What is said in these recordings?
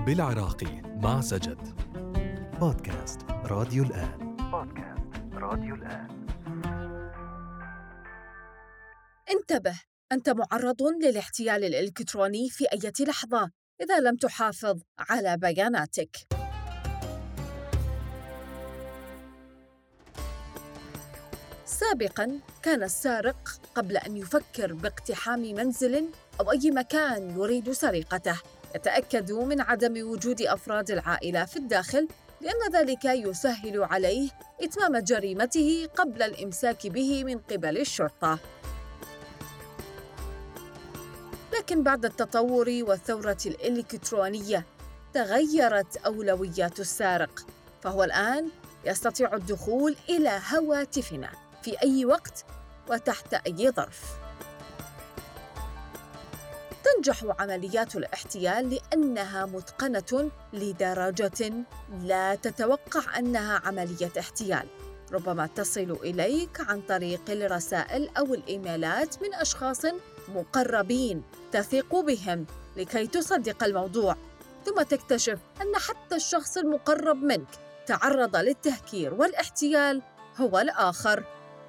بالعراقي مع سجد. بودكاست راديو الآن. انتبه، أنت معرض للاحتيال الإلكتروني في أي لحظة إذا لم تحافظ على بياناتك. سابقاً كان السارق قبل أن يفكر باقتحام منزل أو أي مكان يريد سرقته يتأكد من عدم وجود أفراد العائلة في الداخل، لأن ذلك يسهل عليه إتمام جريمته قبل الإمساك به من قبل الشرطة. لكن بعد التطور والثورة الإلكترونية تغيرت أولويات السارق، فهو الآن يستطيع الدخول إلى هواتفنا في أي وقت وتحت أي ظرف. تنجح عمليات الاحتيال لأنها متقنة لدرجة لا تتوقع أنها عملية احتيال. ربما تصل إليك عن طريق الرسائل أو الإيميلات من أشخاص مقربين تثق بهم لكي تصدق الموضوع، ثم تكتشف أن حتى الشخص المقرب منك تعرض للتهكير والاحتيال هو الآخر.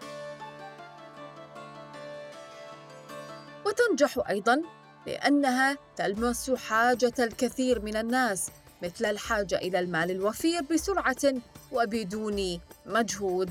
وتنجح أيضاً لأنها تلمس حاجة الكثير من الناس، مثل الحاجة إلى المال الوفير بسرعة وبدون مجهود.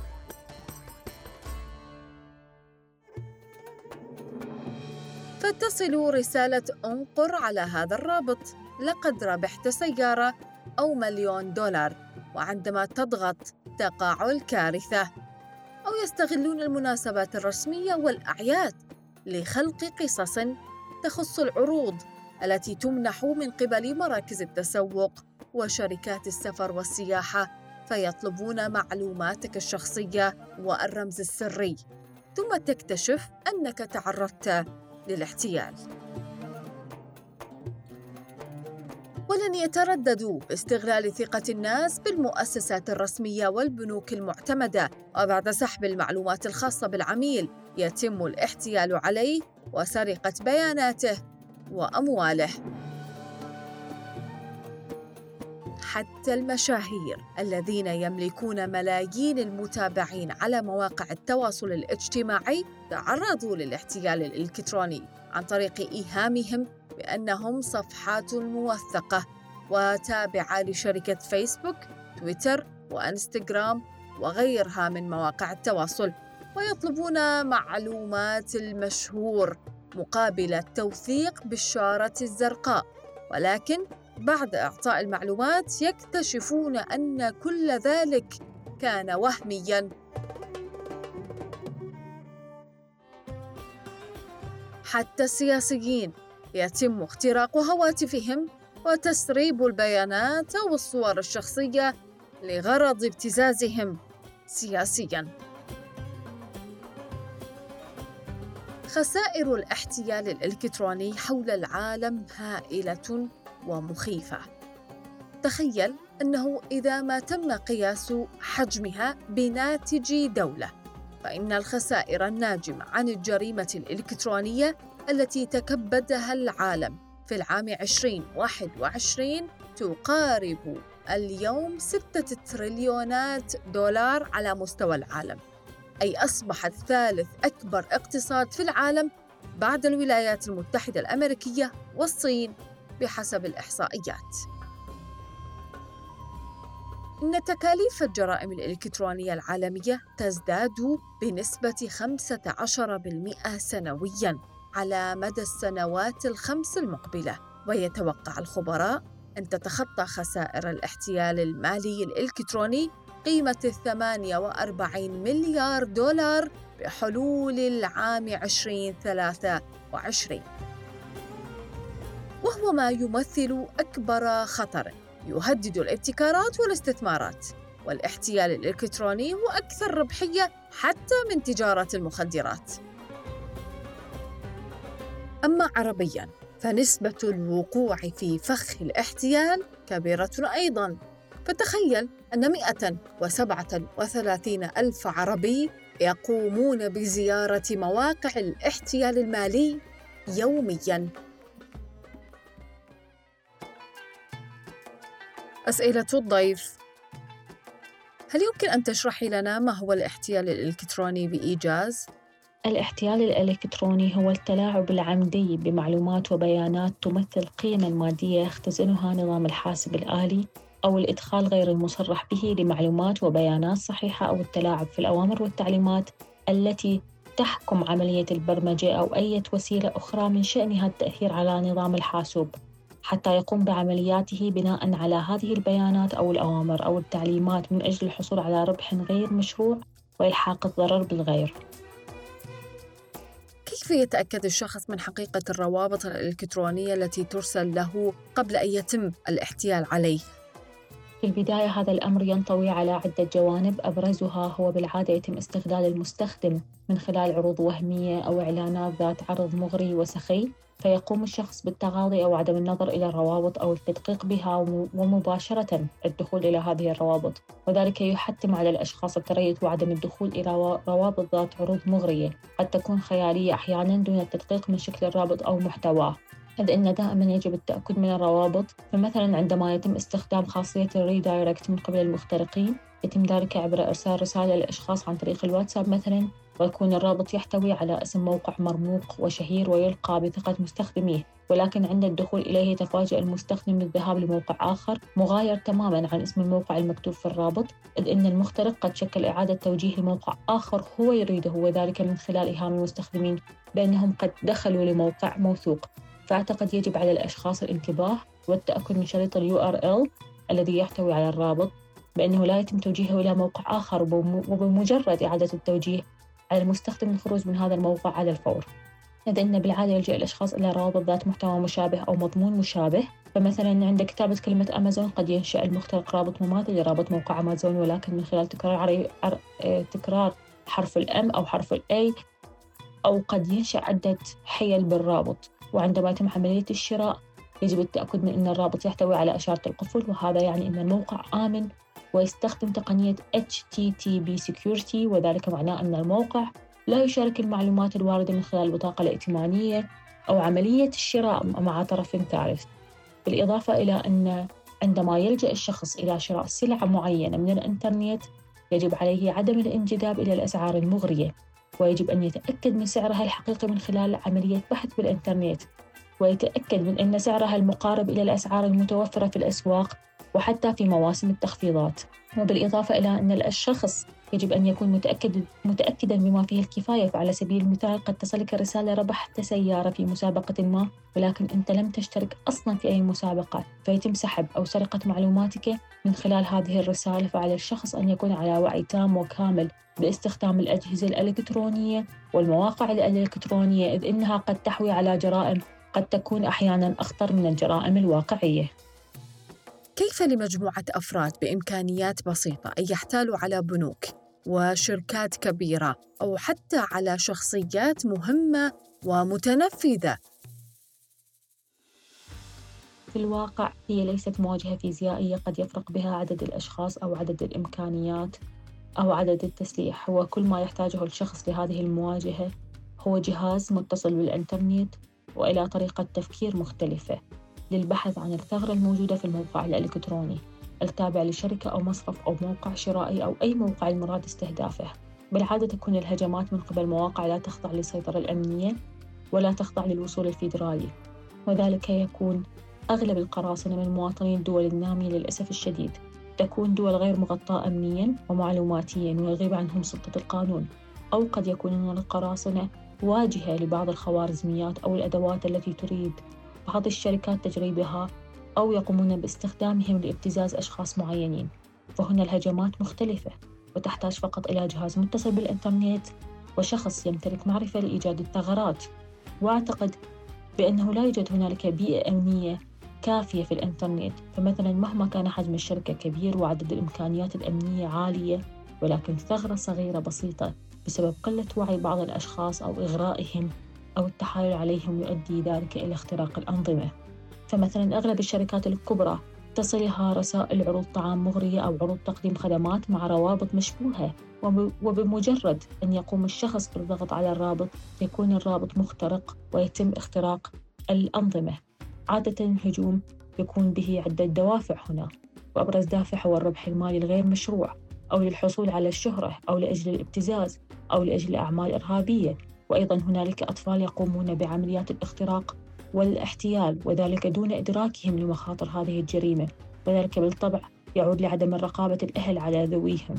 فتصل رسالة انقر على هذا الرابط، لقد ربحت سيارة أو $1,000,000، وعندما تضغط تقع الكارثة. أو يستغلون المناسبات الرسمية والأعياد لخلق قصص تخص العروض التي تمنح من قبل مراكز التسوق وشركات السفر والسياحة، فيطلبون معلوماتك الشخصية والرمز السري، ثم تكتشف أنك تعرضت للاحتيال. ولن يترددوا باستغلال ثقة الناس بالمؤسسات الرسمية والبنوك المعتمدة، وبعد سحب المعلومات الخاصة بالعميل يتم الاحتيال عليه وسرقة بياناته وأمواله. حتى المشاهير الذين يملكون ملايين المتابعين على مواقع التواصل الاجتماعي تعرضوا للاحتيال الإلكتروني عن طريق إيهامهم بأنهم صفحات موثقة وتابعة لشركة فيسبوك، تويتر وإنستغرام وغيرها من مواقع التواصل، ويطلبون معلومات المشهور مقابل التوثيق بالشارة الزرقاء. ولكن بعد إعطاء المعلومات يكتشفون أن كل ذلك كان وهمياً. حتى السياسيين يتم اختراق هواتفهم وتسريب البيانات والصور الشخصية لغرض ابتزازهم سياسياً. خسائر الاحتيال الإلكتروني حول العالم هائلة ومخيفة. تخيل أنه إذا ما تم قياس حجمها بناتج دولة، فإن الخسائر الناجمة عن الجريمة الإلكترونية التي تكبدها العالم في العام 2021 تقارب اليوم 6 تريليونات دولار على مستوى العالم، أي أصبحت ثالث أكبر اقتصاد في العالم بعد الولايات المتحدة الأمريكية والصين بحسب الإحصائيات. إن تكاليف الجرائم الإلكترونية العالمية تزداد بنسبة 15% سنوياً على مدى السنوات ال5 المقبلة، ويتوقع الخبراء أن تتخطى خسائر الاحتيال المالي الإلكتروني قيمة 48 مليار دولار بحلول العام 2023، وهو ما يمثل أكبر خطر يهدد الابتكارات والاستثمارات. والاحتيال الإلكتروني هو أكثر ربحية حتى من تجارة المخدرات. أما عربياً فنسبة الوقوع في فخ الاحتيال كبيرة أيضاً. فتخيل أن 137 ألف عربي يقومون بزيارة مواقع الاحتيال المالي يومياً. أسئلة الضيف: هل يمكن أن تشرحي لنا ما هو الاحتيال الإلكتروني بإيجاز؟ الاحتيال الإلكتروني هو التلاعب العمدي بمعلومات وبيانات تمثل قيمة مادية يختزنها نظام الحاسب الآلي، أو الإدخال غير المصرح به لمعلومات وبيانات صحيحة، أو التلاعب في الأوامر والتعليمات التي تحكم عملية البرمجة أو أي وسيلة أخرى من شأنها التأثير على نظام الحاسوب حتى يقوم بعملياته بناء على هذه البيانات أو الأوامر أو التعليمات من أجل الحصول على ربح غير مشروع وإلحاق الضرر بالغير. كيف يتأكد الشخص من حقيقة الروابط الإلكترونية التي ترسل له قبل أن يتم الاحتيال عليه؟ في البداية هذا الأمر ينطوي على عدة جوانب، أبرزها هو بالعادة يتم استغلال المستخدم من خلال عروض وهمية أو إعلانات ذات عرض مغري وسخي، فيقوم الشخص بالتغاضي أو عدم النظر إلى الروابط أو التدقيق بها ومباشرة الدخول إلى هذه الروابط، وذلك يحتم على الأشخاص التريث وعدم الدخول إلى روابط ذات عروض مغرية قد تكون خيالية أحياناً دون التدقيق من شكل الرابط أو محتواه، إذ أن دائماً يجب التأكد من الروابط. فمثلاً عندما يتم استخدام خاصية الريدايركت من قبل المخترقين، يتم ذلك عبر إرسال رسالة للأشخاص عن طريق الواتساب مثلاً، ويكون الرابط يحتوي على اسم موقع مرموق وشهير ويلقى بثقة مستخدميه، ولكن عند الدخول إليه يتفاجأ المستخدم بالذهاب لموقع آخر مغاير تماماً عن اسم الموقع المكتوب في الرابط، إذ أن المخترق قد شكل إعادة توجيه لموقع آخر هو يريده، وذلك من خلال إيهام المستخدمين بأنهم قد دخلوا لموقع موثوق. فأعتقد يجب على الأشخاص الانتباه والتأكد من شريط URL الذي يحتوي على الرابط بأنه لا يتم توجيهه إلى موقع آخر، وبمجرد إعادة التوجيه على المستخدم الخروج من هذا الموقع على الفور، إذ أن بالعادة يلجأ الأشخاص إلى روابط ذات محتوى مشابه أو مضمون مشابه. فمثلاً عند كتابة كلمة أمازون قد ينشأ المخترق رابط مماثل لرابط موقع أمازون، ولكن من خلال تكرار حرف الأم أو حرف الأي، أو قد ينشأ عدة حيل بالرابط. وعندما يتم عملية الشراء يجب التأكد من أن الرابط يحتوي على إشارة القفل، وهذا يعني أن الموقع آمن ويستخدم تقنية HTTP Security، وذلك معناه أن الموقع لا يشارك المعلومات الواردة من خلال البطاقة الائتمانية أو عملية الشراء مع طرف ثالث. بالإضافة إلى أن عندما يلجأ الشخص إلى شراء سلعة معينة من الإنترنت يجب عليه عدم الانجذاب إلى الأسعار المغرية، ويجب أن يتأكد من سعرها الحقيقي من خلال عملية بحث بالإنترنت، ويتأكد من أن سعرها المقارب إلى الأسعار المتوفرة في الأسواق وحتى في مواسم التخفيضات. وبالإضافة إلى أن الشخص يجب أن يكون متأكداً بما فيه الكفاية. فعلى سبيل المثال قد تصلك رسالة ربحت سيارة في مسابقة ما، ولكن أنت لم تشترك أصلاً في أي مسابقة، فيتم سحب أو سرقة معلوماتك من خلال هذه الرسالة. فعلى الشخص أن يكون على وعي تام وكامل باستخدام الأجهزة الإلكترونية والمواقع الإلكترونية، إذ إنها قد تحوي على جرائم قد تكون أحياناً أخطر من الجرائم الواقعية. كيف لمجموعة أفراد بإمكانيات بسيطة أن يحتالوا على بنوك وشركات كبيرة أو حتى على شخصيات مهمة ومتنفذة؟ في الواقع هي ليست مواجهة فيزيائية قد يفرق بها عدد الأشخاص أو عدد الإمكانيات أو عدد التسليح. هو كل ما يحتاجه الشخص لهذه المواجهة هو جهاز متصل بالإنترنت وإلى طريقة تفكير مختلفة للبحث عن الثغرة الموجودة في الموقع الإلكتروني التابع لشركة أو مصرف أو موقع شرائي أو أي موقع المراد استهدافه. بالعادة تكون الهجمات من قبل مواقع لا تخضع للسيطرة الأمنية ولا تخضع للوصول الفيدرالي، وذلك يكون أغلب القراصنة من مواطني الدول النامية للأسف الشديد تكون دول غير مغطاة أمنياً ومعلوماتياً ويغيب عنهم سلطة القانون، أو قد يكونون القراصنة واجهة لبعض الخوارزميات أو الأدوات التي تريد بعض الشركات تجريبها أو يقومون باستخدامهم لابتزاز أشخاص معينين. فهنا الهجمات مختلفة وتحتاج فقط إلى جهاز متصل بالإنترنت وشخص يمتلك معرفة لإيجاد الثغرات. وأعتقد بأنه لا يوجد هنالك بيئة أمنية كافية في الإنترنت. فمثلاً مهما كان حجم الشركة كبير وعدد الإمكانيات الأمنية عالية، ولكن ثغرة صغيرة بسيطة بسبب قلة وعي بعض الأشخاص أو إغرائهم أو التحايل عليهم يؤدي ذلك إلى اختراق الأنظمة. فمثلاً أغلب الشركات الكبرى تصلها رسائل عروض طعام مغرية أو عروض تقديم خدمات مع روابط مشبوهة، وبمجرد أن يقوم الشخص بالضغط على الرابط يكون الرابط مخترق ويتم اختراق الأنظمة. عادة الهجوم يكون به عدة دوافع هنا، وأبرز دافع هو الربح المالي الغير مشروع، أو للحصول على الشهرة، أو لأجل الابتزاز، أو لأجل أعمال إرهابية. وأيضاً هنالك أطفال يقومون بعمليات الاختراق والاحتيال، وذلك دون إدراكهم لمخاطر هذه الجريمة، وذلك بالطبع يعود لعدم الرقابة الأهل على ذويهم.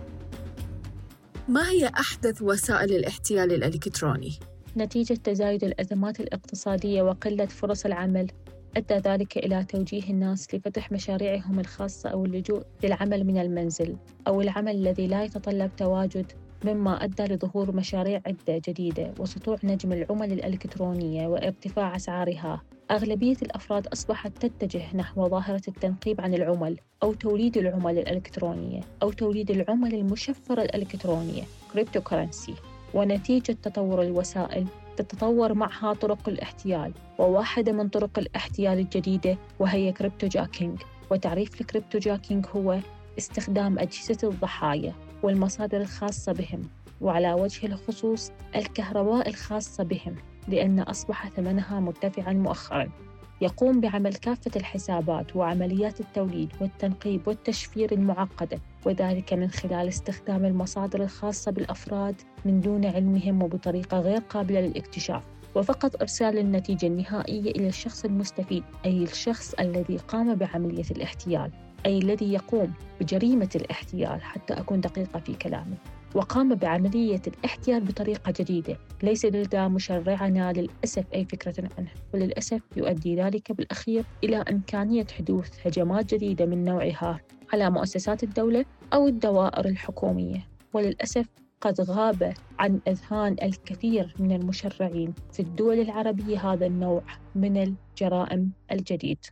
ما هي أحدث وسائل الاحتيال الإلكتروني؟ نتيجة تزايد الأزمات الاقتصادية وقلة فرص العمل، أدى ذلك إلى توجيه الناس لفتح مشاريعهم الخاصة أو اللجوء للعمل من المنزل أو العمل الذي لا يتطلب تواجد، مما أدى لظهور مشاريع عدة جديدة وسطوع نجم العمل الإلكترونية وارتفاع أسعارها. أغلبية الأفراد أصبحت تتجه نحو ظاهرة التنقيب عن العمل أو توليد العمل الإلكترونية أو توليد العمل المشفرة الإلكترونية cryptocurrency. ونتيجة تطور الوسائل تتطور معها طرق الاحتيال، وواحدة من طرق الاحتيال الجديدة وهي كريبتو جاكينج. وتعريف الكريبتو جاكينج هو استخدام أجهزة الضحايا والمصادر الخاصة بهم، وعلى وجه الخصوص الكهرباء الخاصة بهم، لأن أصبح ثمنها مرتفعاً مؤخراً. يقوم بعمل كافة الحسابات وعمليات التوليد والتنقيب والتشفير المعقدة، وذلك من خلال استخدام المصادر الخاصة بالأفراد من دون علمهم وبطريقة غير قابلة للاكتشاف، وفقط إرسال النتيجة النهائية إلى الشخص المستفيد، أي الشخص الذي قام بعملية الاحتيال، أي الذي يقوم بجريمة الاحتيال حتى أكون دقيقة في كلامي، وقام بعملية الاحتيال بطريقة جديدة ليس لدى مشرعنا للأسف أي فكرة عنه، وللأسف يؤدي ذلك بالأخير إلى إمكانية حدوث هجمات جديدة من نوعها على مؤسسات الدولة أو الدوائر الحكومية. وللأسف قد غاب عن أذهان الكثير من المشرعين في الدول العربية هذا النوع من الجرائم الجديد.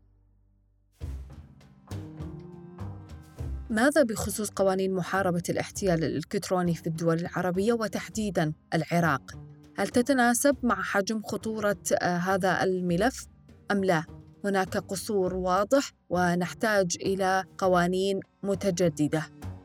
ماذا بخصوص قوانين محاربة الاحتيال الإلكتروني في الدول العربية وتحديداً العراق؟ هل تتناسب مع حجم خطورة هذا الملف أم لا؟ هناك قصور واضح ونحتاج إلى قوانين متجددة.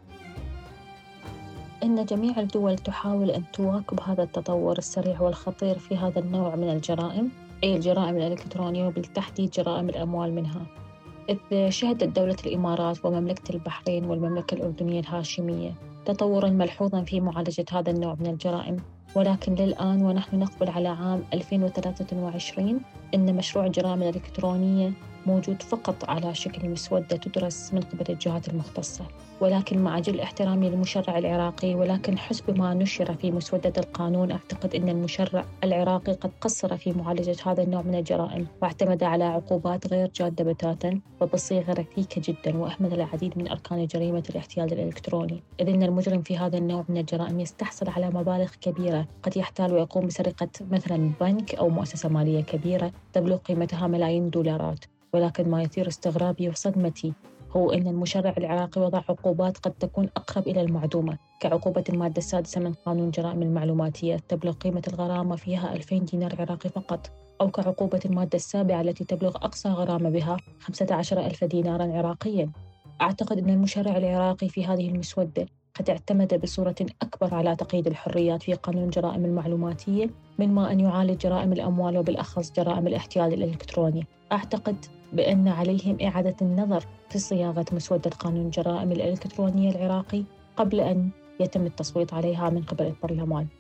إن جميع الدول تحاول أن تواكب هذا التطور السريع والخطير في هذا النوع من الجرائم، أي الجرائم الإلكترونية، وبالتحديد جرائم الأموال منها. إذ شهدت دولة الإمارات ومملكة البحرين والمملكة الأردنية الهاشمية تطوراً ملحوظاً في معالجة هذا النوع من الجرائم، ولكن للآن ونحن نقبل على عام 2023 إن مشروع الجرائم الإلكترونية موجود فقط على شكل مسودة تدرس من قبل الجهات المختصة. ولكن مع جل احترامي للمشرع العراقي، ولكن حسب ما نشر في مسودة القانون، أعتقد أن المشرع العراقي قد قصر في معالجة هذا النوع من الجرائم، واعتمد على عقوبات غير جادة بتاتا وبصيغة ركيكة جداً، وأهمل العديد من أركان جريمة الاحتيال الإلكتروني، إذ أن المجرم في هذا النوع من الجرائم يستحصل على مبالغ كبيرة، قد يحتال ويقوم بسرقة مثلاً بنك أو مؤسسة مالية كبيرة تبلغ قيمتها ملايين دولارات. ولكن ما يثير استغرابي وصدمتي هو أن المشرع العراقي وضع عقوبات قد تكون أقرب إلى المعدومة، كعقوبة المادة السادسة من قانون جرائم المعلوماتية تبلغ قيمة الغرامة فيها 2000 دينار عراقي فقط، أو كعقوبة المادة السابعة التي تبلغ أقصى غرامة بها 15,000 ديناراً عراقياً. أعتقد أن المشرع العراقي في هذه المسودة قد اعتمد بصورة أكبر على تقييد الحريات في قانون جرائم المعلوماتية مما أن يعالج جرائم الأموال وبالأخص جرائم الاحتيال الإلكتروني. أعتقد بأن عليهم إعادة النظر في صياغة مسودة قانون جرائم الإلكترونية العراقي قبل أن يتم التصويت عليها من قبل البرلمان.